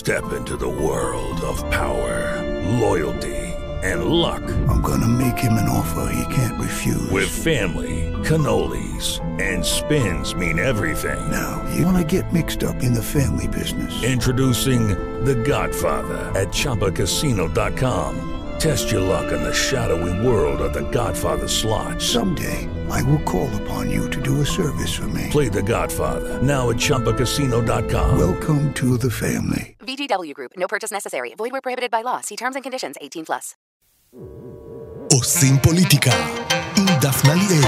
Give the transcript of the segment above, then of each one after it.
Step into the world of power, loyalty, and luck. I'm gonna make him an offer he can't refuse. With family, cannolis, and spins mean everything. Now, you wanna get mixed up in the family business. Introducing The Godfather at ChumbaCasino.com. Test your luck in the shadowy world of The Godfather slot. Someday, I will call upon you to do a service for me. Play The Godfather now at ChumbaCasino.com. Welcome to the family. VGW Group. No purchase necessary. Void where prohibited by law. See terms and conditions. 18+. עושים פוליטיקה עם דפנה ליאל.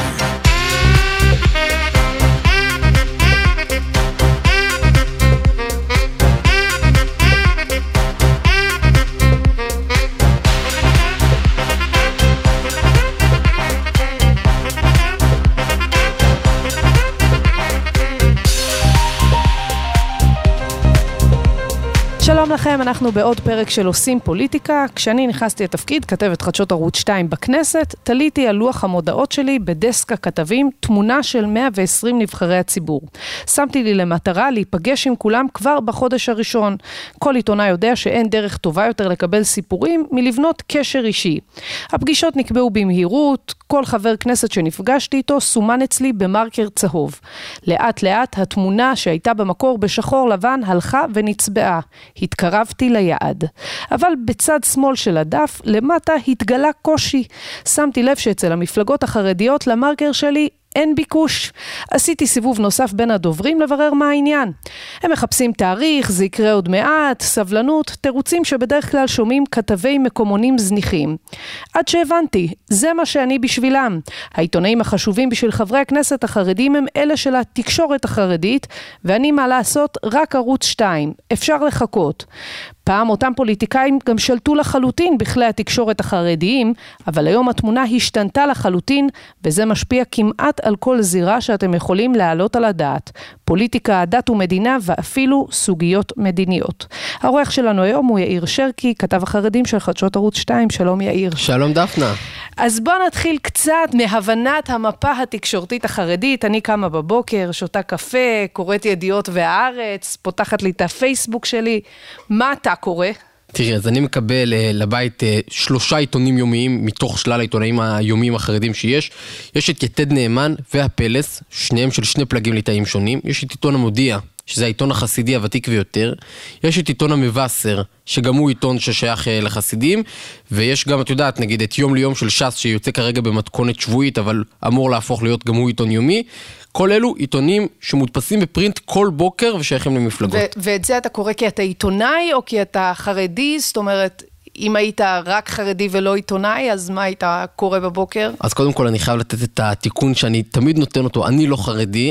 שלום לכם, אנחנו בעוד פרק של עושים פוליטיקה. כשאני נכנסתי לתפקיד, כתבת חדשות ערוץ 2 בכנסת, תליתי על לוח המודעות שלי בדסק הכתבים תמונה של 120 נבחרי הציבור. שמתי לי למטרה להיפגש עם כולם כבר בחודש הראשון. כל עיתונאי יודע שאין דרך טובה יותר לקבל סיפורים מלבנות קשר אישי. הפגישות נקבעו במהירות, כל חבר כנסת שנפגשתי איתו סומן אצלי במרקר צהוב. לאט לאט התמונה שהייתה במקור בשחור לבן הלכה ונצבעה. התקרבתי ליעד. אבל בצד שמאל של הדף למטה התגלה קושי. שמתי לב שאצל המפלגות החרדיות למרקר שלי אין ביקוש. עשיתי סיבוב נוסף בין הדוברים לברר מה העניין. הם מחפשים תאריך, זה יקרה עוד מעט, סבלנות, תירוצים שבדרך כלל שומעים כתבי מקומונים זניחים. עד שהבנתי, זה מה שאני בשבילם. העיתונאים החשובים בשביל חברי הכנסת החרדים הם אלה של התקשורת החרדית, ואני מה לעשות רק ערוץ 2. אפשר לחכות. פעם אותם פוליטיקאים גם שלטו לחלוטין בכלי התקשורת החרדיים, אבל היום התמונה השתנתה לחלוטין, וזה משפיע כמעט על כל זירה שאתם יכולים להעלות על הדעת. פוליטיקה, דת ומדינה, ואפילו סוגיות מדיניות. העורך שלנו היום הוא יאיר שרקי, כתב החרדים של חדשות ערוץ 2. שלום יאיר. שלום דפנה. אז בוא נתחיל קצת מהבנת המפה התקשורתית החרדית. אני קמה בבוקר, שותה קפה, קוראת ידיעות והארץ, פותחת לי את הפייסבוק שלי. מה אתה קורא? תראי, אז אני מקבל לבית 3 עיתונים יומיים מתוך שלל העיתונאים היומיים החרדים שיש. יש את יתד נאמן והפלס, שניהם של 2 פלגים ליטאים שונים. יש את עיתון המודיע, שזה העיתון החסידי הוותיק ויותר. יש את עיתון המבשר, שגם הוא עיתון ששייך לחסידים. ויש גם, את יודעת, נגיד את יום ליום של ש"ס, שיוצא כרגע במתכונת שבועית, אבל אמור להפוך להיות גם הוא עיתון יומי. כל אלו עיתונים שמודפסים בפרינט כל בוקר ושייכים למפלגות. ואת זה אתה קורא כי אתה עיתונאי או כי אתה חרדי? זאת אומרת, אם היית רק חרדי ולא עיתונאי, אז מה היית קורא בבוקר? אז קודם כל אני חייב לתת את התיקון שאני תמיד נותן אותו, אני לא חרדי,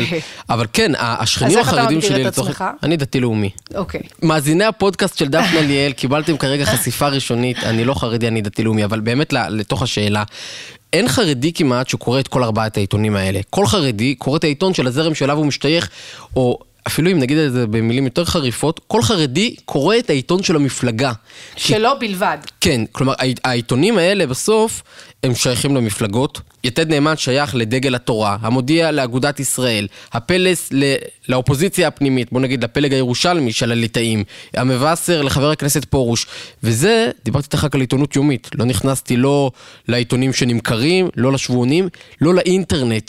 אבל כן, השכנים החרדים שלי לצורך... אני דתי לאומי. אוקיי. מאזיני הפודקאסט של דפנה ליאל, קיבלתם כרגע חשיפה ראשונית, אני לא חרדי, אני דתי לאומי, אבל באמת לתוך השאלה, אין חרדי כמעט שקורא את כל 4 העיתונים האלה. כל חרדי קורא את העיתון של הזרם שאליו הוא משתייך, או אפילו אם נגיד את זה במילים יותר חריפות, כל חרדי קורא את העיתון של המפלגה. שלא בלבד. כן, כלומר, העיתונים האלה בסוף הם שייכים למפלגות. יתד נאמן שייך לדגל התורה, המודיע לאגודת ישראל, הפלס לאופוזיציה הפנימית, בוא נגיד לפלג הירושלמי של הליטאים, המבשר לחבר הכנסת פורוש, וזה, דיברתי איתך על עיתונות יומית, לא נכנסתי לא לעיתונים שנמכרים, לא לשבועונים, לא לאינטרנט.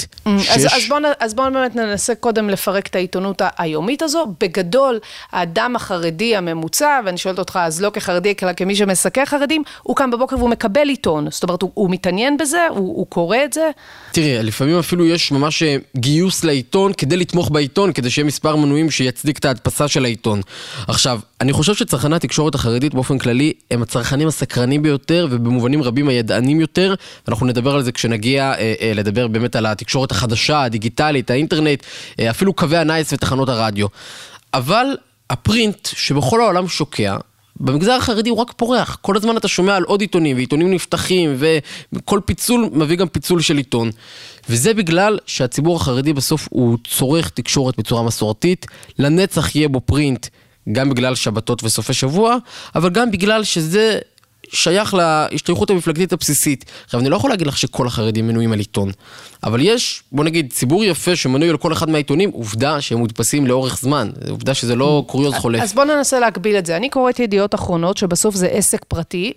אז בואו באמת ננסה קודם לפרק את העיתונות היומית הזו. בגדול, האדם החרדי הממוצע, ואני שואלת אותך, אז לא כחרדי, אלא כמי שמסקר חרדים, הוא קם בבוקר והוא מקבל עיתון, זאת אומרת, הוא מתעניין בזה, הוא קורא את זה? תראי, לפעמים אפילו יש ממש גיוס לעיתון כדי לתמוך בעיתון, כדי שיהיה מספר מנויים שיצדיק את ההדפסה של העיתון. עכשיו, אני חושב שצרכני התקשורת החרדית באופן כללי הם הצרכנים הסקרנים ביותר, ובמובנים רבים הידענים יותר, ואנחנו נדבר על זה כשנגיע לדבר באמת על התקשורת החדשה, הדיגיטלית, האינטרנט, אפילו קווי הנייס ותחנות הרדיו. אבל הפרינט שבכל העולם שוקע, במגזר החרדי הוא רק פורח. כל הזמן אתה שומע על עוד עיתונים, ועיתונים נפתחים, וכל פיצול מביא גם פיצול של עיתון. וזה בגלל שהציבור החרדי בסוף הוא צורך תקשורת בצורה מסורתית, לנצח יהיה בו פרינט, גם בגלל שבתות וסופי שבוע, אבל גם בגלל שזה שייך להשתייכות המפלגתית הבסיסית. עכשיו, אני לא יכול להגיד לך שכל החרדים מנויים על עיתון, אבל יש, בוא נגיד, ציבור יפה שמנוי על כל אחד מהעיתונים, עובדה שהם מודפסים לאורך זמן, עובדה שזה לא קוריוז חולף. אז בוא ננסה להקביל את זה. אני קוראת ידיעות אחרונות שבסוף זה עסק פרטי,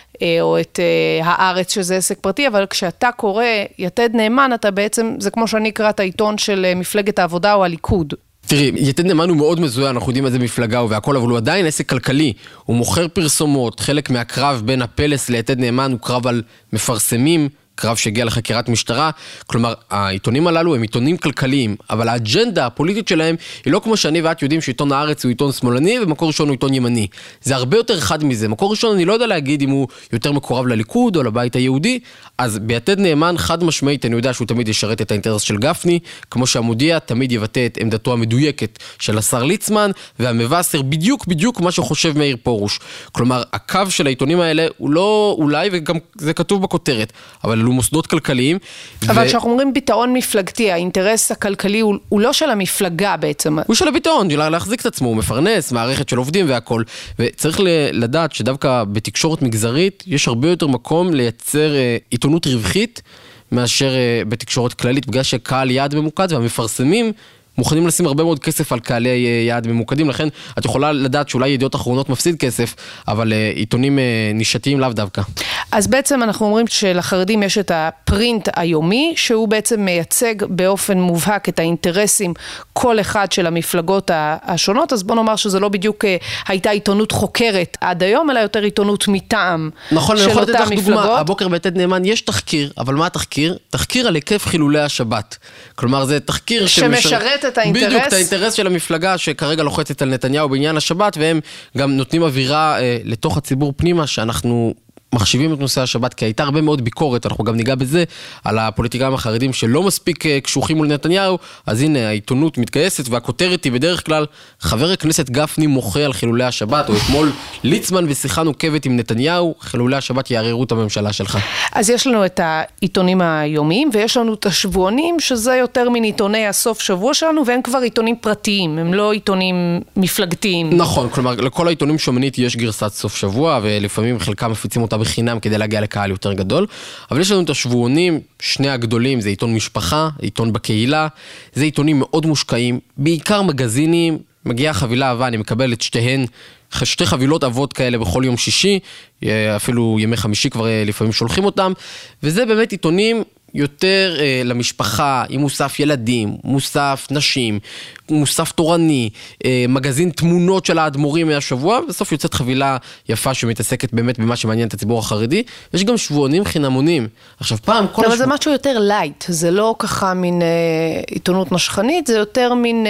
או את הארץ שזה עסק פרטי, אבל כשאתה קורא יתד נאמן, אתה בעצם, זה כמו שאני אקרא את העיתון של מפלגת העבודה או הליכוד. תראי, יתד נאמן הוא מאוד מזוהה, אנחנו יודעים איזה מפלגה הוא והכל, אבל הוא עדיין עסק כלכלי. הוא מוכר פרסומות, חלק מהקרב בין הפלס ליתד נאמן הוא קרב על מפרסמים, קרב שהגיע לחקירת משטרה, כלומר, העיתונים הללו הם עיתונים כלכליים, אבל האג'נדה הפוליטית שלהם היא לא כמו שאני ואת יודעים שעיתון הארץ הוא עיתון שמאלני, ומקור ראשון הוא עיתון ימני. זה הרבה יותר חד מזה. מקור ראשון אני לא יודע להגיד אם הוא יותר מקורב לליכוד או לבית היהודי, אז ביתד נאמן חד משמעית אני יודע שהוא תמיד ישרת את האינטרס של גפני, כמו שהמודיע תמיד יבטא את עמדתו המדויקת של השר ליצמן, והמבשר בדיוק מה שחושב מאיר פרוש. כלומר, הקו של העיתונים האלה הוא לא אולי, וגם זה כתוב בכותרת, אבל אלו מוסדות כלכליים. אבל כשאנחנו אומרים ביטאון מפלגתי, האינטרס הכלכלי הוא לא של המפלגה בעצם. הוא של הביטאון, להחזיק את עצמו, הוא מפרנס, מערכת של עובדים והכל. וצריך לדעת שדווקא בתקשורת מגזרית יש הרבה יותר מקום לייצר עיתונות רווחית מאשר בתקשורת כללית, בגלל שקהל יעד ממוקד והמפרסמים מוכנים לשים הרבה מאוד כסף על קהלי יעד ממוקדים, לכן את יכולה לדעת שאולי ידיעות אחרונות מפסיד כסף, אבל עיתונים נישתיים לאו דווקא. אז בעצם אנחנו אומרים שלחרדים יש את הפרינט היומי, שהוא בעצם מייצג באופן מובהק את האינטרסים כל אחד של המפלגות השונות, אז בוא נאמר שזה לא בדיוק הייתה עיתונות חוקרת עד היום, אלא יותר עיתונות מטעם נכון, של אותה מפלגות. דוגמה, הבוקר ביתד נאמן יש תחקיר, אבל מה התחקיר? תחקיר על היקף חילולי השבת. כלומר, זה תחקיר שמשרת את האינטרס. בדיוק, את האינטרס של המפלגה שכרגע לוחצת על נתניהו בעניין השבת, והם גם נותנים אווירה לתוך הציבור פנימה, שאנחנו מחשיבים את נושא השבת, כי הייתה הרבה מאוד ביקורת, אנחנו גם ניגע בזה, על הפוליטיקאים החרדים שלא מספיק קשוחים מול נתניהו, אז הנה, העיתונות מתגייסת, והכותרת היא בדרך כלל, חבר הכנסת גפני מוחה על חילולי השבת, או אתמול ליצמן ושיחה נוקבת עם נתניהו, חילולי השבת יערערו את הממשלה שלך. אז יש לנו את העיתונים היומיים, ויש לנו את השבועונים, שזה יותר מן עיתוני הסוף שבוע שלנו, והם כבר עיתונים פרטיים, הם לא עיתונים מפלגתיים. נכון, כלומר, לכל העיתונים שומנית יש גרסת סוף שבוע, ולפעמים חלקם מפיצים אותה בחינם כדי להגיע לקהל יותר גדול, אבל יש לנו את השבועונים, שני הגדולים, זה עיתון משפחה, עיתון בקהילה, זה עיתונים מאוד מושקעים, בעיקר מגזינים, מגיעה חבילה אהבה, אני מקבל את שתיהן, שתי חבילות אבות כאלה בכל יום שישי, אפילו ימי חמישי כבר לפעמים שולחים אותם, וזה באמת עיתונים יותר למשפחה, עם מוסף ילדים, מוסף נשים, מוסף תורני, מגזין תמונות של האדמו"רים מהשבוע, בסוף יוצאת חבילה יפה שמתעסקת באמת במה שמעניין את הציבור החרדי. יש גם שבועונים חינמונים. עכשיו פעם כל אבל זה משהו יותר לייט, זה לא ככה מין עיתונות נשכנית, זה יותר מין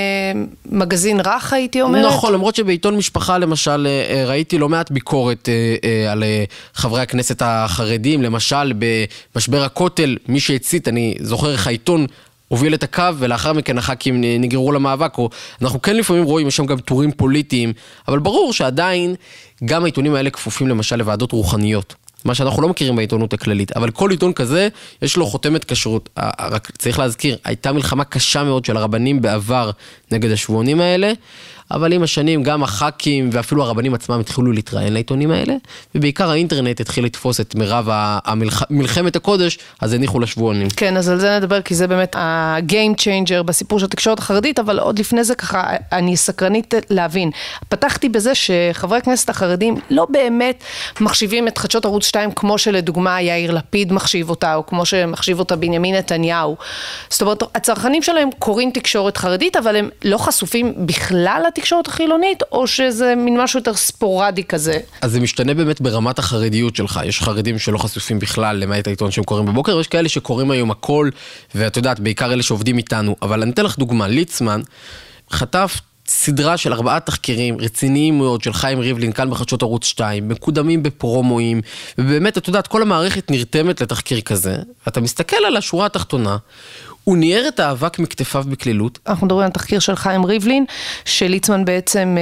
מגזין רך, הייתי אומרת. נכון, למרות שבעיתון משפחה למשל ראיתי לא מעט ביקורת על חברי הכנסת החרדים, למשל במשבר הכותל, מי שהצית, אני זוכר איך העיתון הוביל את הקו, ולאחר מכן הח"כים נגררו למאבק, או אנחנו כן לפעמים רואים, יש שם גם טורים פוליטיים, אבל ברור שעדיין גם העיתונים האלה כפופים למשל לוועדות רוחניות, מה שאנחנו לא מכירים בעיתונות הכללית, אבל כל עיתון כזה יש לו חותמת כשרות. רק צריך להזכיר, הייתה מלחמה קשה מאוד של הרבנים בעבר נגד השבועונים האלה, אבל עם השנים גם הח"כים ואפילו הרבנים עצמם התחילו להתראיין לעיתונים האלה, ובעיקר האינטרנט התחיל לתפוס את מירב מלחמת הקודש, אז הניחו לשבועונים. כן, אז על זה נדבר, כי זה באמת ה-game changer בסיפור של התקשורת החרדית, אבל עוד לפני זה ככה, אני סקרנית להבין. פתחתי בזה שחברי הכנסת החרדים לא באמת מחשיבים את חדשות ערוץ 2 כמו שלדוגמה יאיר לפיד מחשיב אותה, או כמו שמחשיב אותה בנימין נתניהו. זאת אומרת, הצרכנים שלהם קוראים תקשורת חרדית, אבל הם לא חשופים בכלל לתקשורת החילונית, או שזה מין משהו יותר ספורדי כזה? אז זה משתנה באמת ברמת החרדיות שלך. יש חרדים שלא חשופים בכלל למעט העיתון שהם קוראים בבוקר, ויש כאלה שקוראים היום הכל, ואת יודעת, בעיקר אלה שעובדים איתנו. אבל אני אתן לך דוגמה, ליצמן חטף סדרה של 4 תחקירים רציניים מאוד של חיים ריבלין כאן בחדשות ערוץ 2, מקודמים בפרומואים, ובאמת, את יודעת, כל המערכת נרתמת לתחקיר כזה, ואתה מסתכל על השורה התחתונה, הוא ניער את האבק מכתפיו בכלילות. אנחנו מדברים על תחקיר של חיים ריבלין, שליצמן בעצם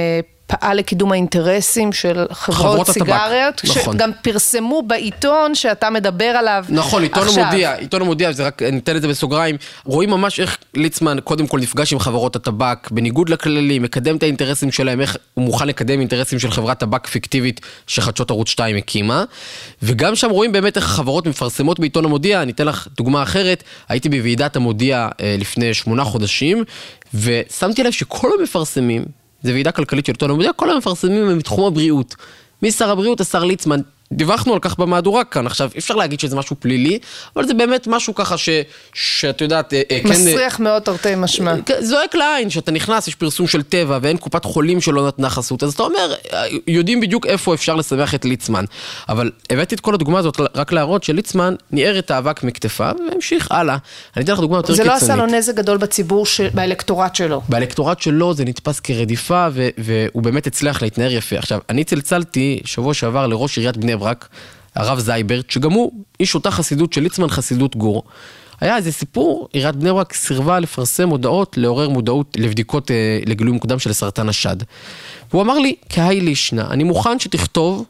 פעל לקידום האינטרסים של חברות סיגריות, נכון. שגם פרסמו בעיתון שאתה מדבר עליו נכון, עיתון המודיע, זה רק, ניתן את זה בסוגריים, רואים ממש איך ליצמן קודם כל נפגש עם חברות הטבק, בניגוד לכללים, מקדם את האינטרסים שלהם, איך הוא מוכן לקדם אינטרסים של חברת טבק פיקטיבית שחדשות ערוץ 2 הקימה, וגם שם רואים באמת איך החברות מפרסמות בעיתון המודיע. אני אתן לך דוגמה אחרת, הייתי בוועידת המודיע לפני 8 חודשים, ושמתי לב שכל המפרסמים, זה ועידה כלכלית של עיתון המודיע, כל המפרסמים הם מתחום הבריאות. משר הבריאות, השר ליצמן, דיווחנו על כך במהדורה כאן. עכשיו, אפשר להגיד שזה משהו פלילי, אבל זה באמת משהו ככה שאת יודעת... מסריח מאוד תרתי משמע. זועק לעין, שאתה נכנס, יש פרסום של טבע, ואין קופת חולים שלא נתנה חסות, אז אתה אומר, יודעים בדיוק איפה אפשר לשמח את ליצמן. אבל הבאתי את כל הדוגמה הזאת רק להראות שליצמן ניער את האבק מכתפיו, והמשיך הלאה. אני אתן לך דוגמה יותר קיצונית. זה לא עשה לו נזק גדול בציבור, באלקטורט שלו. באלקטורט שלו זה נתפס כרדיפה, והוא באמת הצליח להתנער יפה. עכשיו, אני צלצלתי שבוע שעבר לראש עיריית בני ברק, הרב זייברט, שגם הוא איש אותה חסידות של ליצמן, חסידות גור. היה איזה סיפור, עיריית בני ברק סירבה לפרסם הודעות, לעורר מודעות לבדיקות לגילוי מוקדם של סרטן השד. והוא אמר לי, כהי לישנה, אני מוכן שתכתוב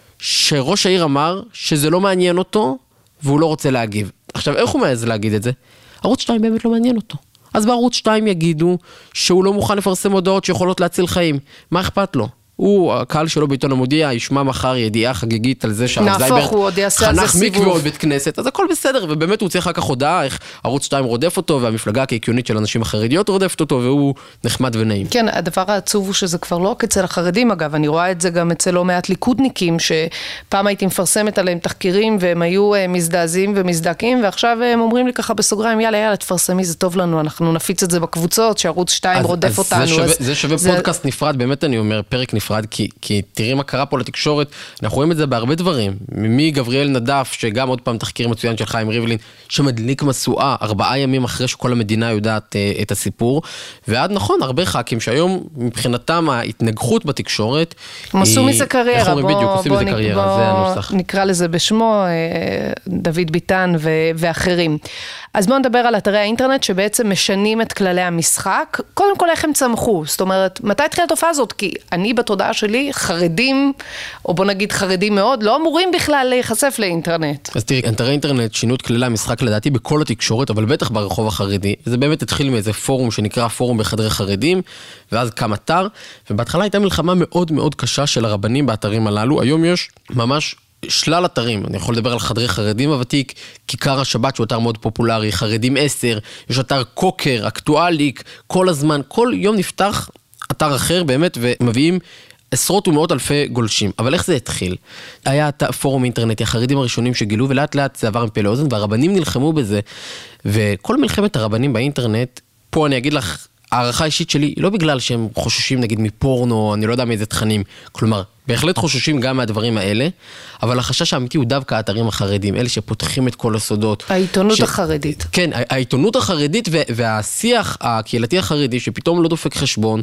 שראש העיר אמר שזה לא מעניין אותו, והוא לא רוצה להגיב. עכשיו, איך הוא מעז להגיד את זה? ערוץ 2 באמת לא מעניין אותו. אז בערוץ 2 יגידו שהוא לא מוכן לפרסם הודעות שיכולות להציל חיים. מה אכפת לו? הוא, הקהל שלו בעיתון המודיע, ישמע מחר ידיעה חגיגית על זה שהרב זייברט חנך מקווה עוד בית כנסת, אז הכל בסדר, ובאמת הוא צריך אחר כך הודעה, איך ערוץ 2 רודף אותו, והמפלגה הקיקיונית של אנשים החרדיות רודפת אותו, והוא נחמד ונעים. כן, הדבר העצוב הוא שזה כבר לא רק אצל החרדים, אגב, אני רואה את זה גם אצל לא מעט ליכודניקים, שפעם הייתי מפרסמת עליהם תחקירים, והם היו מזדעזעים ומזדעקים, ועכשיו הם אומרים לי ככה בסוגריים, יאללה, תפרסמי, זה טוב לנו, אנחנו נפיץ את זה בקבוצות, שערוץ 2 רודף אותנו. זה שווה פודקאסט נפרד, באמת אני אומר, פרק נפרד, כי תראי מה קרה פה לתקשורת, אנחנו רואים את זה בהרבה דברים, גבריאל נדף, שגם עוד פעם תחקיר מצוין של חיים ריבלין, שמדליק מסועה 4 ימים אחרי שכל המדינה יודעת את הסיפור, ועד נכון, הרבה ח"כים שהיום מבחינתם ההתנגחות בתקשורת, הם עשו מזה קריירה, בוא נקרא לזה בשמו, דוד ביטן ואחרים. אז בואו נדבר על אתרי האינטרנט שבעצם משנים את כללי המשחק. קודם כל איך הם צמחו, זאת אומרת, מתי התחילה התופעה הזאת? כי אני בתודעה שלי, חרדים, או בוא נגיד חרדים מאוד, לא אמורים בכלל להיחשף לאינטרנט. אז תראי, אתרי אינטרנט שינו את כללי המשחק לדעתי בכל התקשורת, אבל בטח ברחוב החרדי. זה באמת התחיל מאיזה פורום שנקרא פורום בחדרי חרדים, ואז קם אתר, ובהתחלה הייתה מלחמה מאוד מאוד קשה של הרבנים באתרים הללו. היום יש ממש שלל אתרים, אני יכול לדבר על חדרי חרדים הוותיק, כיכר השבת שהוא אתר מאוד פופולרי, חרדים 10, יש אתר קוקר, אקטואליק, כל הזמן, כל יום נפתח אתר אחר באמת, ומביאים עשרות ומאות אלפי גולשים. אבל איך זה התחיל? היה פורום אינטרנטי, החרדים הראשונים שגילו, ולאט לאט זה עבר מפה לאוזן, והרבנים נלחמו בזה, וכל מלחמת הרבנים באינטרנט, פה אני אגיד לך, הערכה האישית שלי, לא בגלל שהם חוששים נגיד מפורנו, אני לא יודע מאיזה תכנים, כלומר, בהחלט חוששים גם מהדברים האלה, אבל החשש האמיתי הוא דווקא האתרים החרדים, אלה שפותחים את כל הסודות. העיתונות החרדית. כן, העיתונות החרדית והשיח הקהילתי החרדי, שפתאום לא דופק חשבון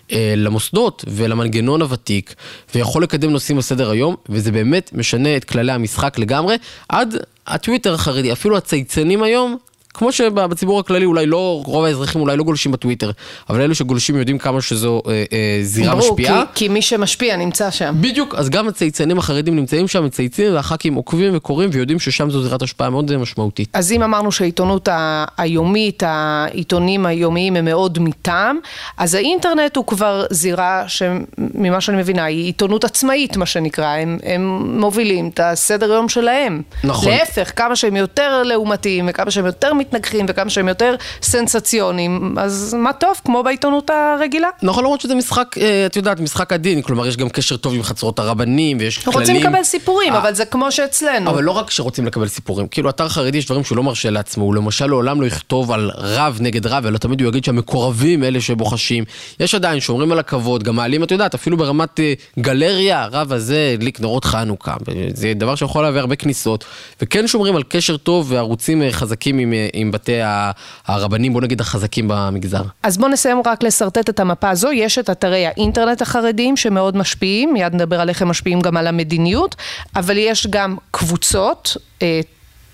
למוסדות ולמנגנון הוותיק, ויכול לקדם נושאים בסדר היום, וזה באמת משנה את כללי המשחק לגמרי, עד הטוויטר החרדי, אפילו הצייצנים היום, כמו שבציבור הכללי אולי לא, רוב האזרחים אולי לא גולשים בטוויטר, אבל אלו שגולשים יודעים כמה שזו זירה משפיעה. ברור, כי מי שמשפיע נמצא שם. בדיוק, אז גם הצייצנים החרדים נמצאים שם, מצייצים, והח"כים עוקבים וקוראים, ויודעים ששם זו זירת השפעה מאוד משמעותית. אז אם אמרנו שהעיתונות היומית, העיתונים היומיים הם מאוד מטעם, אז האינטרנט הוא כבר זירה שממה שאני מבינה, היא עיתונות עצמאית, מה שנקרא, הם מובילים את הסדר יום שלהם. נכון. להפך, כמה שהם יותר לעומתיים, וכמה שהם יותר מתנגחים, וכמה שהם יותר סנסציוניים, אז מה טוב, כמו בעיתונות הרגילה. נכון, למרות שזה משחק, את יודעת, משחק הדין, כלומר יש גם קשר טוב עם חצרות הרבנים, ויש כללים. רוצים לקבל סיפורים, אבל זה כמו שאצלנו. אבל לא רק שרוצים לקבל סיפורים, כאילו אתר חרדי יש דברים שהוא לא מרשה לעצמו, הוא למשל לעולם לא יכתוב על רב נגד רב, אלא תמיד הוא יגיד שהמקורבים אלה שבוחשים. יש עדיין שומרים על הכבוד, גם מעלים, את יודעת, אפילו ברמת גלריה, הרב הזה הדליק נרות חנוכה, זה דבר שיכול להביא הרבה כניסות, וכן שומרים על קשר טוב וערוצים חזקים עם בתי הרבנים, בוא נגיד החזקים במגזר. אז בוא נסיים רק לסרטט את המפה הזו. יש את אתרי האינטרנט החרדים שמאוד משפיעים, מיד נדבר על איך הם משפיעים גם על המדיניות, אבל יש גם קבוצות,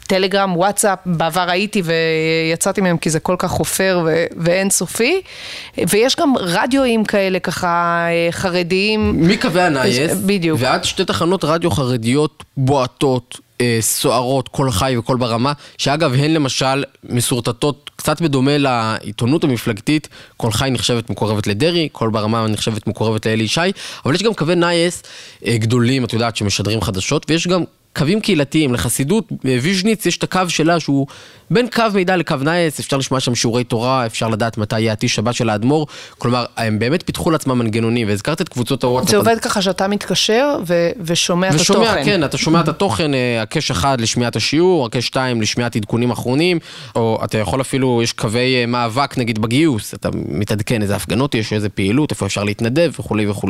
טלגרם, וואטסאפ, בעבר הייתי ויצאתי מהם כי זה כל כך חופר ואין סופי, ויש גם רדיואים כאלה ככה חרדיים. מקווי הנייס, בדיוק. ועד 2 תחנות רדיו חרדיות בועטות, סוערות, כל חי וכל ברמה, שאגב הן למשל מסורטטות קצת בדומה לעיתונות המפלגתית, כל חי נחשבת מקורבת לדרי, כל ברמה נחשבת מקורבת לאלי ישי, אבל יש גם קווי נייס גדולים, את יודעת, שמשדרים חדשות, ויש גם קווים קהילתיים, לחסידות ויז'ניץ יש את הקו שלה שהוא בין קו מידע לקו נייס, אפשר לשמוע שם שיעורי תורה, אפשר לדעת מתי יהיה שבת של האדמו"ר, כלומר, הם באמת פיתחו לעצמם מנגנונים, והזכרת את קבוצות הוואטסאפ. זה עובד ככה שאתה מתקשר ושומע את התוכן. כן, אתה שומע את התוכן, הקש 1 לשמיעת השיעור, הקש 2 לשמיעת עדכונים אחרונים, או אתה יכול אפילו, יש קווי מאבק נגיד בגיוס, אתה מתעדכן איזה הפגנות יש, איזה פעילות, איפה אפשר להתנדב וכו' וכו'.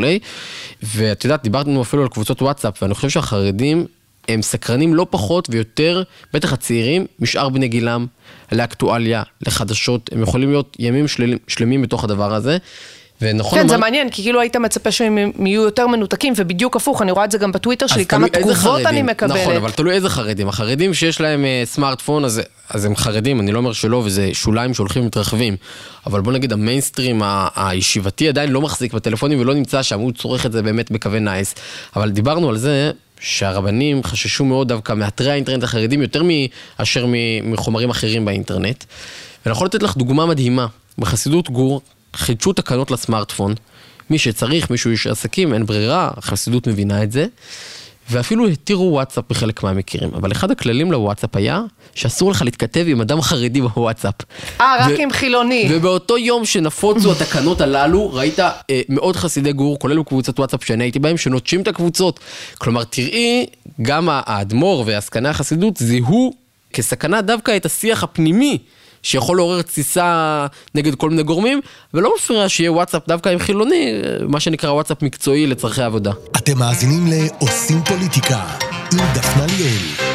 ואת יודעת, דיברנו אפילו על קבוצות וואטסאפ, ואני חושב שהחרדים הם סקרנים לא פחות ויותר, בטח הצעירים, משאר בני גילם, לאקטואליה, לחדשות, הם יכולים להיות ימים שלמים בתוך הדבר הזה, ונכון... כן, זה מעניין, כי כאילו היית מצפה שהם יהיו יותר מנותקים, ובדיוק הפוך, אני רואה את זה גם בטוויטר שלי, כמה תגובות אני מקבלת. נכון, אבל תלוי איזה חרדים. החרדים שיש להם סמארטפון, אז הם חרדים, אני לא אומר שלא, וזה שוליים שהולכים ומתרחבים. אבל בוא נגיד, המיינסטרים הישיבתי עדיין לא מחזיק בטלפונים, ולא נמצא שם, הוא צורך את זה באמת בקווי נייס. אבל דיברנו על זה, שהרבנים חששו מאוד דווקא מאתרי האינטרנט החרדים, יותר מאשר מחומרים אחרים באינטרנט. ואני יכול לתת לך דוגמה מדהימה. בחסידות גור, חידשו תקנות לסמארטפון. מי שצריך, מישהו איש עסקים, אין ברירה, החסידות מבינה את זה. ואפילו התירו וואטסאפ בחלק מהמקרים. אבל אחד הכללים לוואטסאפ היה שאסור לך להתכתב עם אדם חרדי בוואטסאפ. רק עם חילוני. ובאותו יום שנפוצו התקנות הללו, ראית מאוד חסידי גור, כולל בקבוצת וואטסאפ שאני הייתי בהם, שנוטשים את הקבוצות. כלומר, תראי, גם האדמו"ר והסכנה החסידות זיהו כסכנה דווקא את השיח הפנימי, שיכול לעורר תסיסה נגד כל מיני גורמים, ולא מפריע שיהיה וואטסאפ דווקא עם חילוני, מה שנקרא וואטסאפ מקצועי לצרכי עבודה. אתם מאזינים לעושים פוליטיקה עם דפנה ליאל.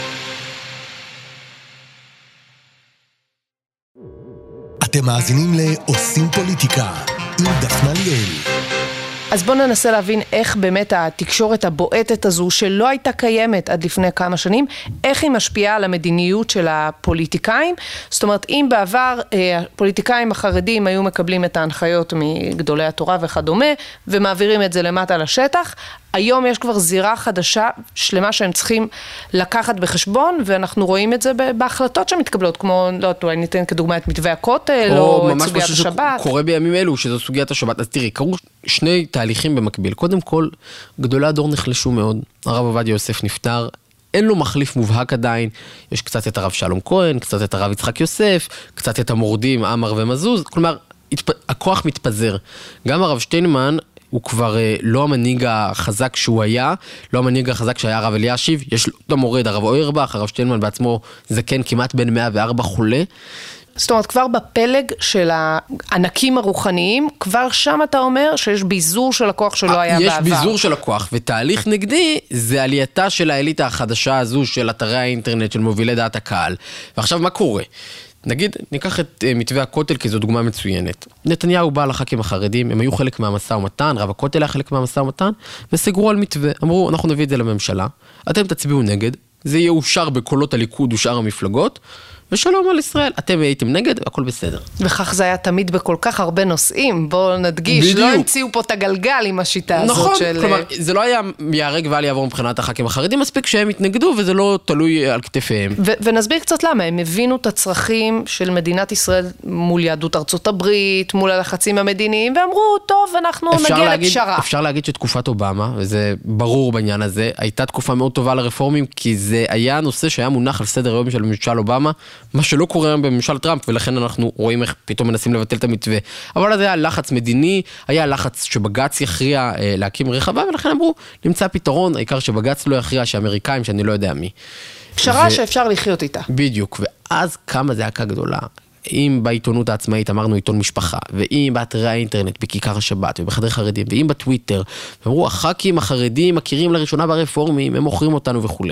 אתם מאזינים לעושים פוליטיקה עם דפנה ליאל. אז בואו ננסה להבין איך באמת התקשורת הבועטת הזו, שלא הייתה קיימת עד לפני כמה שנים, איך היא משפיעה על המדיניות של הפוליטיקאים. זאת אומרת, אם בעבר הפוליטיקאים החרדים היו מקבלים את ההנחיות מגדולי התורה וכדומה, ומעבירים את זה למטה לשטח, היום יש כבר זירה חדשה שלמה שהם צריכים לקחת בחשבון, ואנחנו רואים את זה בהחלטות שמתקבלות, כמו, לא, אולי ניתן כדוגמה את מתווה הכותל, או את סוגיית השבת. ממש משהו שקורה בימים אלו, שזו סוגיית השבת. אז תראי, קרו שני תהליכים במקביל. קודם כל, גדולי הדור נחלשו מאוד. הרב עובדיה יוסף נפטר, אין לו מחליף מובהק עדיין. יש קצת את הרב שלום כהן, קצת את הרב יצחק יוסף, קצת את המורדים, עמר ומזוז. כלומר, הכוח מתפזר. גם הרב שטיינמן, הוא כבר לא המנהיג החזק שהוא היה, לא המנהיג החזק שהיה הרב אלישיב, יש לו את המורד, הרב אוירבך, הרב שטיינמן בעצמו זקן כמעט בין 104 חולה. זאת אומרת, כבר בפלג של הענקים הרוחניים, כבר שם אתה אומר שיש ביזור של הכוח שלא היה בעבר. יש ביזור של הכוח, ותהליך נגדי זה עלייתה של האליטה החדשה הזו של אתרי האינטרנט, של מובילי דעת הקהל. ועכשיו מה קורה? נגיד, ניקח את מתווה הכותל כי זו דוגמה מצוינת. נתניהו בא לח"כים החרדים, הם היו חלק מהמשא ומתן, רב הכותל היה חלק מהמשא ומתן, וסגרו על מתווה. אמרו, אנחנו נביא את זה לממשלה, אתם תצביעו נגד, זה יאושר בקולות הליכוד ושאר המפלגות, ושלום על ישראל, אתם הייתם נגד, הכל בסדר. וכך זה היה תמיד בכל כך הרבה נושאים, בואו נדגיש, בדיוק. לא המציאו פה את הגלגל עם השיטה נכון, הזאת של... נכון, כלומר, זה לא היה יהרג ואל יעבור מבחינת הח"כים החרדים, מספיק שהם התנגדו, וזה לא תלוי על כתפיהם. ונסביר קצת למה, הם הבינו את הצרכים של מדינת ישראל מול יהדות ארצות הברית, מול הלחצים המדיניים, ואמרו, טוב, אנחנו נגיע לפשרה. אפשר להגיד שתקופת אובמה, וזה ברור בעניין הזה, הייתה תקופה מאוד טובה לרפורמים, כי זה היה נושא שהיה מונח על סדר היום של ממשל אובמה, מה שלא קורה היום בממשל טראמפ, ולכן אנחנו רואים איך פתאום מנסים לבטל את המתווה. אבל אז היה לחץ מדיני, היה לחץ שבג"ץ יכריע להקים רחבה, ולכן אמרו, נמצא פתרון, העיקר שבג"ץ לא יכריע, שאמריקאים, שאני לא יודע מי. פשרה שאפשר לחיות איתה. בדיוק, ואז כמה זעקה גדולה. אם בעיתונות העצמאית אמרנו עיתון משפחה, ואם באתרי האינטרנט, בכיכר השבת, ובחדרי חרדים, ואם בטוויטר, ואמרו, הח"כים החרדים מכירים לראשונה ברפורמים, הם מוכרים אותנו וכו'.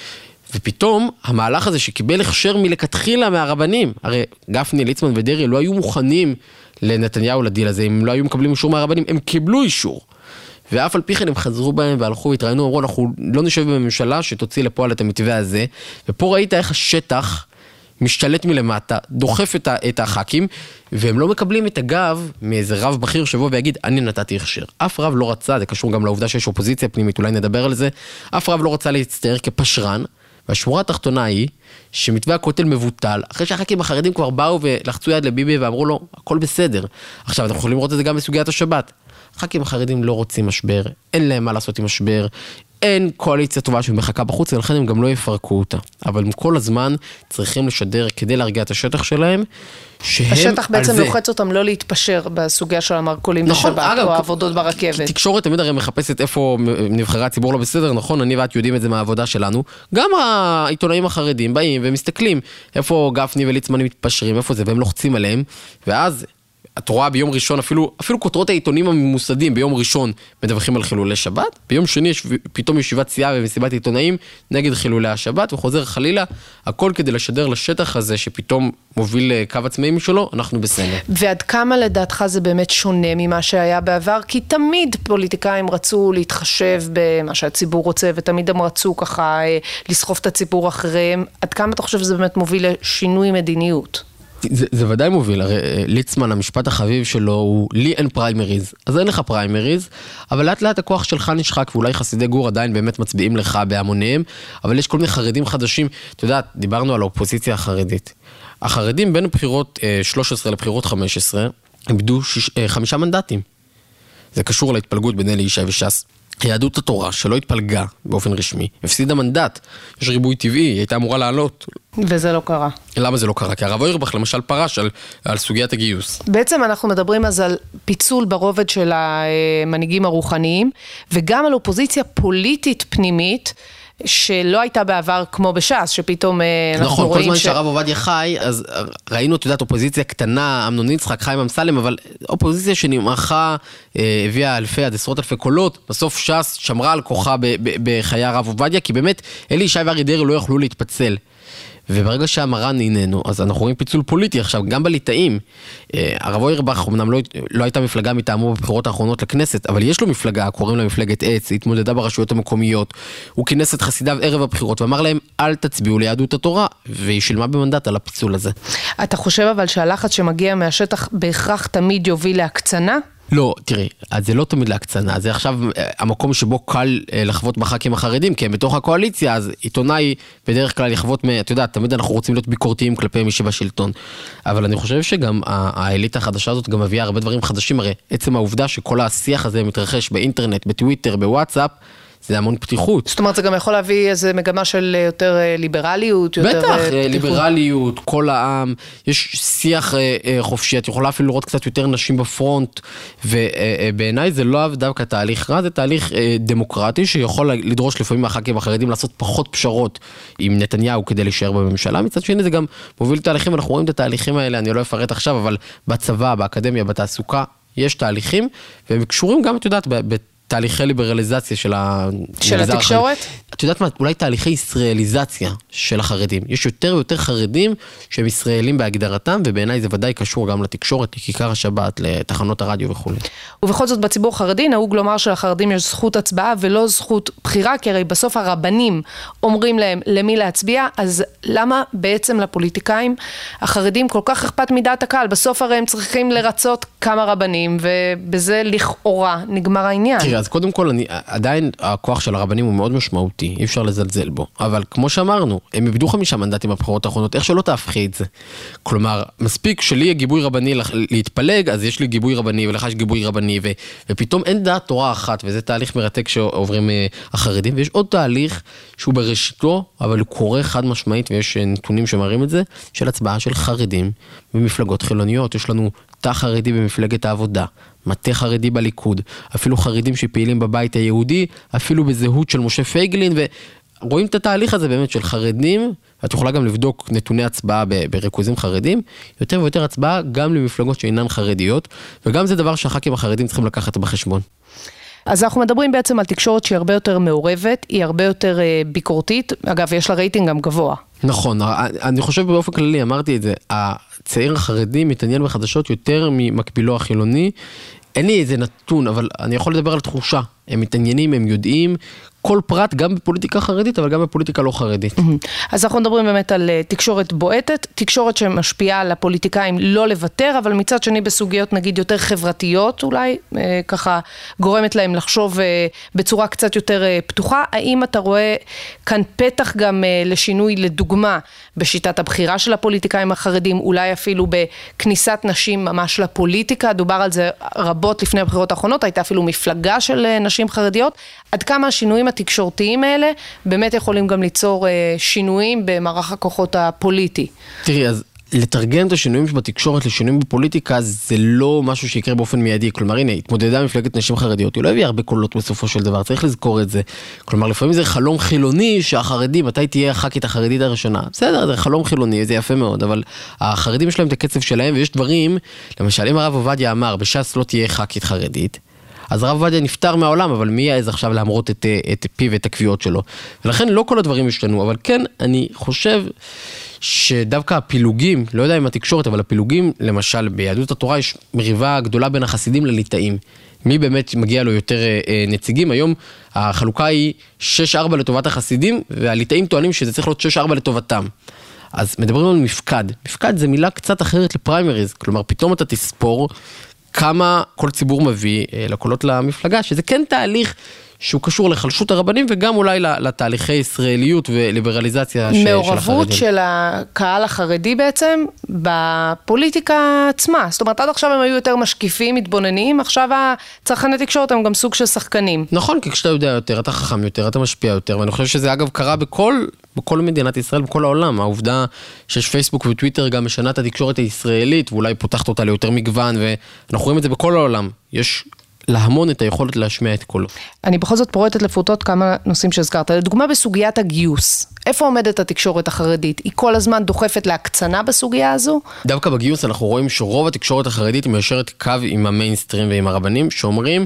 ופתאום המהלך הזה שקיבל הכשר מלכתחילה מהרבנים, הרי גפני, ליצמן ודרעי לא היו מוכנים לנתניהו לדיל הזה, הם לא היו מקבלים אישור מהרבנים, הם קיבלו אישור. ואף על פי כן הם חזרו בהם והלכו והתראינו, אמרו, אנחנו לא נשב בממשלה שתוציא לפועל את המתווה הזה, ופה ראית איך השטח משתלט מלמטה, דוחף את הח"כים, והם לא מקבלים את הגב מאיזה רב בכיר שבוא ויגיד, אני נתתי הכשר. אף רב לא רצה, זה קשור גם לעובדה שיש אופוזיציה פנימית, אולי נדבר על זה, אף רב לא רצה להצטער כפשרן, והשמורה התחתונה היא שמתווה הכותל מבוטל, אחרי שהח"כים החרדים כבר באו ולחצו יד לביבי ואמרו לו, הכל בסדר. עכשיו, אנחנו יכולים לראות את זה גם בסוגיית השבת. הח"כים החרדים לא רוצים משבר, אין להם מה לעשות עם משבר, אין קואליציה טובה שמחכה בחוץ, ולכן הם גם לא יפרקו אותה. אבל הם כל הזמן צריכים לשדר כדי להרגיע את השטח שלהם, שהם השטח בעצם זה. לוחץ אותם לא להתפשר בסוגיה של המרכולים נכון, בשבת, אגב, או העבודות ברכבת. תקשורת תמיד הרי מחפשת איפה נבחרי הציבור לא בסדר, נכון, אני ואת יודעים את זה מהעבודה שלנו, גם העיתונאים החרדים באים ומסתכלים איפה גפני וליצמן מתפשרים, איפה זה, והם לוחצים עליהם, ואז את רואה ביום ראשון, אפילו כותרות העיתונים הממוסדים ביום ראשון מדווחים על חילולי שבת, ביום שני יש פתאום ישיבת סיעה ומסיבת עיתונאים נגד חילולי השבת, וחוזר חלילה, הכל כדי לשדר לשטח הזה שפתאום מוביל קו עצמאי משלו, אנחנו בסדר. ועד כמה לדעתך זה באמת שונה ממה שהיה בעבר? כי תמיד פוליטיקאים רצו להתחשב במה שהציבור רוצה, ותמיד הם רצו ככה לסחוף את הציבור אחריהם. עד כמה אתה חושב שזה באמת מוביל לשינוי מדיניות? זה ודאי מוביל, הרי ליצמן, המשפט החביב שלו הוא, לי אין פריימריז, אז אין לך פריימריז, אבל לאט לאט הכוח שלך נשחק, ואולי חסידי גור עדיין באמת מצביעים לך בהמוניהם, אבל יש כל מיני חרדים חדשים, אתה יודע, דיברנו על האופוזיציה החרדית. החרדים בין הבחירות 13 לבחירות 15, הם איבדו 5 מנדטים. זה קשור להתפלגות בין אלי ישי וש"ס. יהדות התורה, שלא התפלגה באופן רשמי, הפסידה מנדט, יש ריבוי טבעי, היא הייתה אמורה לעלות. וזה לא קרה. למה זה לא קרה? כי הרב אוירבך למשל פרש על סוגיית הגיוס. בעצם אנחנו מדברים אז על פיצול ברובד של המנהיגים הרוחניים, וגם על אופוזיציה פוליטית פנימית, שלא הייתה בעבר כמו בש"ס, שפתאום אנחנו נכון, רואים כל זמן שהרב עובדיה חי, אז ראינו, אתה יודעת, אופוזיציה קטנה, אמנון יצחק, חיים אמסלם, אבל אופוזיציה שנמרחה, הביאה אלפי עד עשרות אלפי קולות, בסוף ש"ס שמרה על כוחה בחיי הרב עובדיה, כי באמת אלי ישי ואריה דרעי לא יכלו להתפצל. וברגע שהמרן איננו, אז אנחנו רואים פיצול פוליטי. עכשיו, גם בליטאים, הרב אוירבך אמנם לא הייתה מפלגה מטעמו בבחירות האחרונות לכנסת, אבל יש לו מפלגה, קוראים לה מפלגת עץ, התמודדה ברשויות המקומיות, הוא כינס את חסידיו ערב הבחירות, ואמר להם, אל תצביעו ליהדות התורה, והיא שילמה במנדט על הפיצול הזה. אתה חושב אבל שהלחץ שמגיע מהשטח בהכרח תמיד יוביל להקצנה? לא, תראי, אז זה לא תמיד להקצנה, זה עכשיו המקום שבו קל לחוות בח"כים החרדים, כי הם בתוך הקואליציה, אז עיתונאי בדרך כלל לחוות, אתה יודע, תמיד אנחנו רוצים להיות ביקורתיים כלפי מי שבשלטון, אבל אני חושב שגם האליטה החדשה הזאת גם מביאה הרבה דברים חדשים, הרי עצם העובדה שכל השיח הזה מתרחש באינטרנט, בטוויטר, בוואטסאפ, זה המון פתיחות. זאת אומרת, זה גם יכול להביא איזו מגמה של יותר ליברליות, יותר בטח, ליברליות, כל העם, יש שיח חופשי, את יכולה אפילו לראות קצת יותר נשים בפרונט, ובעיניי זה לא דווקא תהליך רע, זה תהליך דמוקרטי, שיכול לדרוש לפעמים מהח"כים החרדים לעשות פחות פשרות עם נתניהו כדי להישאר בממשלה, מצד שני זה גם מוביל תהליכים, אנחנו רואים את התהליכים האלה, אני לא אפרט עכשיו, אבל בצבא, באקדמיה, בתעסוקה, יש תהליכים, והם קשורים גם, את יודעת, תהליכי ליברליזציה של התקשורת? את יודעת מה, אולי תהליכי ישראליזציה של החרדים. יש יותר ויותר חרדים שהם ישראלים בהגדרתם, ובעיניי זה ודאי קשור גם לתקשורת, לכיכר השבת, לתחנות הרדיו וכו'. ובכל זאת בציבור החרדי נהוג לומר שלחרדים יש זכות הצבעה ולא זכות בחירה, כי הרי בסוף הרבנים אומרים להם למי להצביע, אז למה בעצם לפוליטיקאים החרדים כל כך אכפת מדעת הקהל? בסוף הרי הם צריכים לרצות כמה רבנים, ובזה לכאורה נגמר העניין. תראה, אז קודם כל, עדיין הכוח של הרבנים הוא מאוד משמעותי, אי אפשר לזלזל בו. אבל כמו שאמרנו, הם איבדו 5 מנדטים בבחירות האחרונות, איך שלא תהפכי את זה. כלומר, מספיק שלי יהיה גיבוי רבני להתפלג, אז יש לי גיבוי רבני, ולך יש גיבוי רבני, ופתאום אין דעת תורה אחת, וזה תהליך מרתק שעוברים החרדים, ויש עוד תהליך שהוא בראשיתו, אבל הוא קורה חד משמעית, ויש נתונים שמראים את זה, של הצבעה של חרדים במפלגות חילוניות. יש לנו תא חרדי במפלגת העבודה, מטה חרדי בליכוד, אפילו חרדים שפעילים בבית היהודי, אפילו בזהות של משה פייגלין, ורואים את התהליך הזה באמת של חרדים, ואת יכולה גם לבדוק נתוני הצבעה בריכוזים חרדים, יותר ויותר הצבעה גם למפלגות שאינן חרדיות, וגם זה דבר שהח"כים החרדים צריכים לקחת בחשבון. אז אנחנו מדברים בעצם על תקשורת שהיא הרבה יותר מעורבת, היא הרבה יותר ביקורתית, אגב יש לה רייטינג גם גבוה. נכון, אני חושב באופן כללי, אמרתי את זה, הצעיר החרדי מתעניין בחדשות יותר ממקבילו החילוני, אין לי איזה נתון, אבל אני יכול לדבר על תחושה. הם מתעניינים, הם יודעים, כל פרט, גם בפוליטיקה חרדית, אבל גם בפוליטיקה לא חרדית. אז אנחנו מדברים באמת על תקשורת בועטת, תקשורת שמשפיעה על הפוליטיקאים לא לוותר, אבל מצד שני בסוגיות נגיד יותר חברתיות, אולי ככה גורמת להם לחשוב בצורה קצת יותר פתוחה. האם אתה רואה כאן פתח גם לשינוי, לדוגמה, בשיטת הבחירה של הפוליטיקאים החרדים, אולי אפילו בכניסת נשים ממש לפוליטיקה, דובר על זה רבות לפני הבחירות האחרונות, הייתה אפילו מפלגה של נשים חרדיות. עד כמה השינויים התקשורתיים האלה באמת יכולים גם ליצור שינויים במערך הכוחות הפוליטי? תראי, אז לתרגם את השינויים בתקשורת לשינויים בפוליטיקה זה לא משהו שיקרה באופן מיידי. כלומר, הנה, התמודדה מפלגת נשים חרדיות, היא לא הביאה הרבה קולות בסופו של דבר, צריך לזכור את זה. כלומר, לפעמים זה חלום חילוני שהחרדים, מתי תהיה הח"כית החרדית הראשונה? בסדר, זה חלום חילוני, זה יפה מאוד, אבל החרדים יש להם את הקצב שלהם, ויש דברים, למשל, אם הרב עובדיה אמר, בש"ס לא תהיה ח"כית חרדית, אז הרב עובדיה נפטר מהעולם, אבל מי יעז עכשיו להמרות את פיו ואת הקביעות שלו? ולכן לא כל הדברים השתנו, אבל כן, אני חושב שדווקא הפילוגים, לא יודע אם התקשורת, אבל הפילוגים, למשל, ביהדות התורה יש מריבה גדולה בין החסידים לליטאים. מי באמת מגיע לו יותר נציגים? היום החלוקה היא 6-4 לטובת החסידים, והליטאים טוענים שזה צריך להיות 6-4 לטובתם. אז מדברים על מפקד. מפקד זה מילה קצת אחרת לפריימריז, כלומר, פתאום אתה תספור כמה כל ציבור מביא לקולות למפלגה, שזה כן תהליך שהוא קשור לחלשות הרבנים, וגם אולי לתהליכי ישראליות וליברליזציה של החרדים. מעורבות של הקהל החרדי בעצם, בפוליטיקה עצמה. זאת אומרת, עד עכשיו הם היו יותר משקיפים, מתבוננים, עכשיו הצרכני תקשורת הם גם סוג של שחקנים. נכון, כי כשאתה יודע יותר, אתה חכם יותר, אתה משפיע יותר, ואני חושב שזה אגב קרה בכל מדינת ישראל, בכל העולם. העובדה שיש פייסבוק וטוויטר גם משנה את התקשורת הישראלית, ואולי פותחת אותה ליותר מגוון, ואנחנו רואים את זה בכל העולם. יש להמון את היכולת להשמיע את קולו. אני בכל זאת פורטת לפרוטות כמה נושאים שהזכרת. לדוגמה בסוגיית הגיוס. איפה עומדת התקשורת החרדית? היא כל הזמן דוחפת להקצנה בסוגיה הזו? דווקא בגיוס אנחנו רואים שרוב התקשורת החרדית היא מיישרת קו עם המיינסטרים ועם הרבנים, שאומרים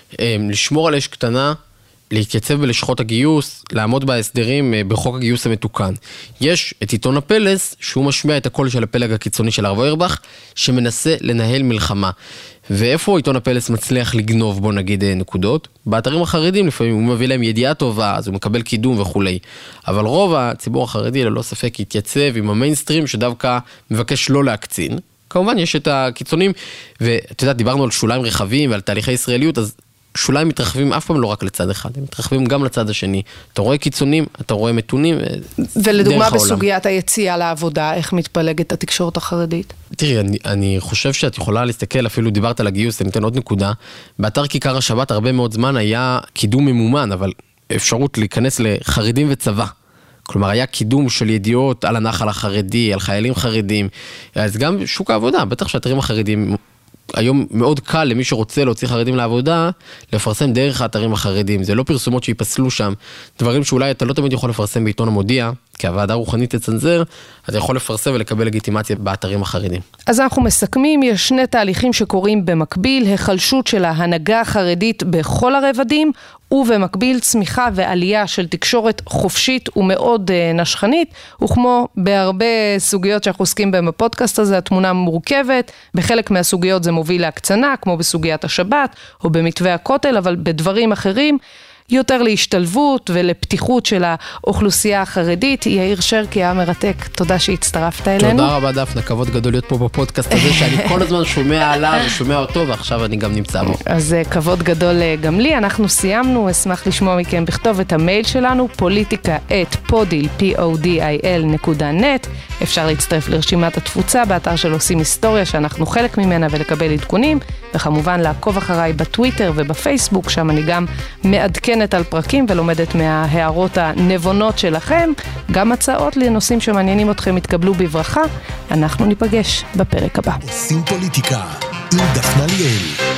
לשמור על אש קטנה, להתייצב בלשכות הגיוס, לעמוד בהסדרים בחוק הגיוס המתוקן. יש את עיתון הפלס, שהוא משמיע את הקול של הפלג הקיצוני של הרב אוירבך, שמנסה לנהל מלחמה. ואיפה עיתון הפלס מצליח לגנוב, בוא נגיד, נקודות? באתרים החרדים לפעמים הוא מביא להם ידיעה טובה, אז הוא מקבל קידום וכו'. אבל רוב הציבור החרדי ללא ספק יתייצב עם המיינסטרים שדווקא מבקש לא להקצין. כמובן יש את הקיצונים, ואתה יודע, דיברנו על שוליים רחבים ועל תהליכי ישראליות, אז שוליים מתרחבים אף פעם לא רק לצד אחד, הם מתרחבים גם לצד השני. אתה רואה קיצונים, אתה רואה מתונים, ולדוגמה בסוגיית היציאה לעבודה, איך מתפלגת התקשורת החרדית? תראי, אני חושב שאת יכולה להסתכל, אפילו דיברת על הגיוס, אני אתן עוד נקודה. באתר כיכר השבת הרבה מאוד זמן היה קידום ממומן, אבל אפשרות להיכנס לחרדים וצבא. כלומר, היה קידום של ידיעות על הנחל החרדי, על חיילים חרדים. אז גם שוק העבודה, בטח שהאתרים החרדים היום מאוד קל למי שרוצה להוציא חרדים לעבודה, לפרסם דרך האתרים החרדים. זה לא פרסומות שיפסלו שם, דברים שאולי אתה לא תמיד יכול לפרסם בעיתון המודיע, כי הוועדה רוחנית תצנזר, אתה יכול לפרסם ולקבל לגיטימציה באתרים החרדים. אז אנחנו מסכמים, יש שני תהליכים שקורים במקביל, החלשות של ההנהגה החרדית בכל הרבדים, ובמקביל צמיחה ועלייה של תקשורת חופשית ומאוד נשכנית, וכמו בהרבה סוגיות שאנחנו עוסקים בהן בפודקאסט הזה, התמונה מורכבת, בחלק מהסוגיות זה מוביל להקצנה, כמו בסוגיית השבת, או במתווה הכותל, אבל בדברים אחרים, יותר להשתלבות ולפתיחות של האוכלוסייה החרדית. יאיר שרקי היה מרתק, תודה שהצטרפת אלינו. תודה רבה דפנה, כבוד גדול להיות פה בפודקאסט הזה, שאני כל הזמן שומע עליו ושומע אותו, ועכשיו אני גם נמצא בו. אז כבוד גדול גם לי, אנחנו סיימנו, אשמח לשמוע מכם בכתוב את המייל שלנו, politica@podil.net, אפשר להצטרף לרשימת התפוצה באתר של עושים היסטוריה, שאנחנו חלק ממנה, ולקבל עדכונים, וכמובן לעקוב אחריי בטוויטר ובפייסבוק, שם אני גם מעדכנת על פרקים ולומדת מההערות הנבונות שלכם. גם הצעות לנושאים שמעניינים אתכם יתקבלו בברכה. אנחנו ניפגש בפרק הבא. עושים פוליטיקה עם דפנה ליאל.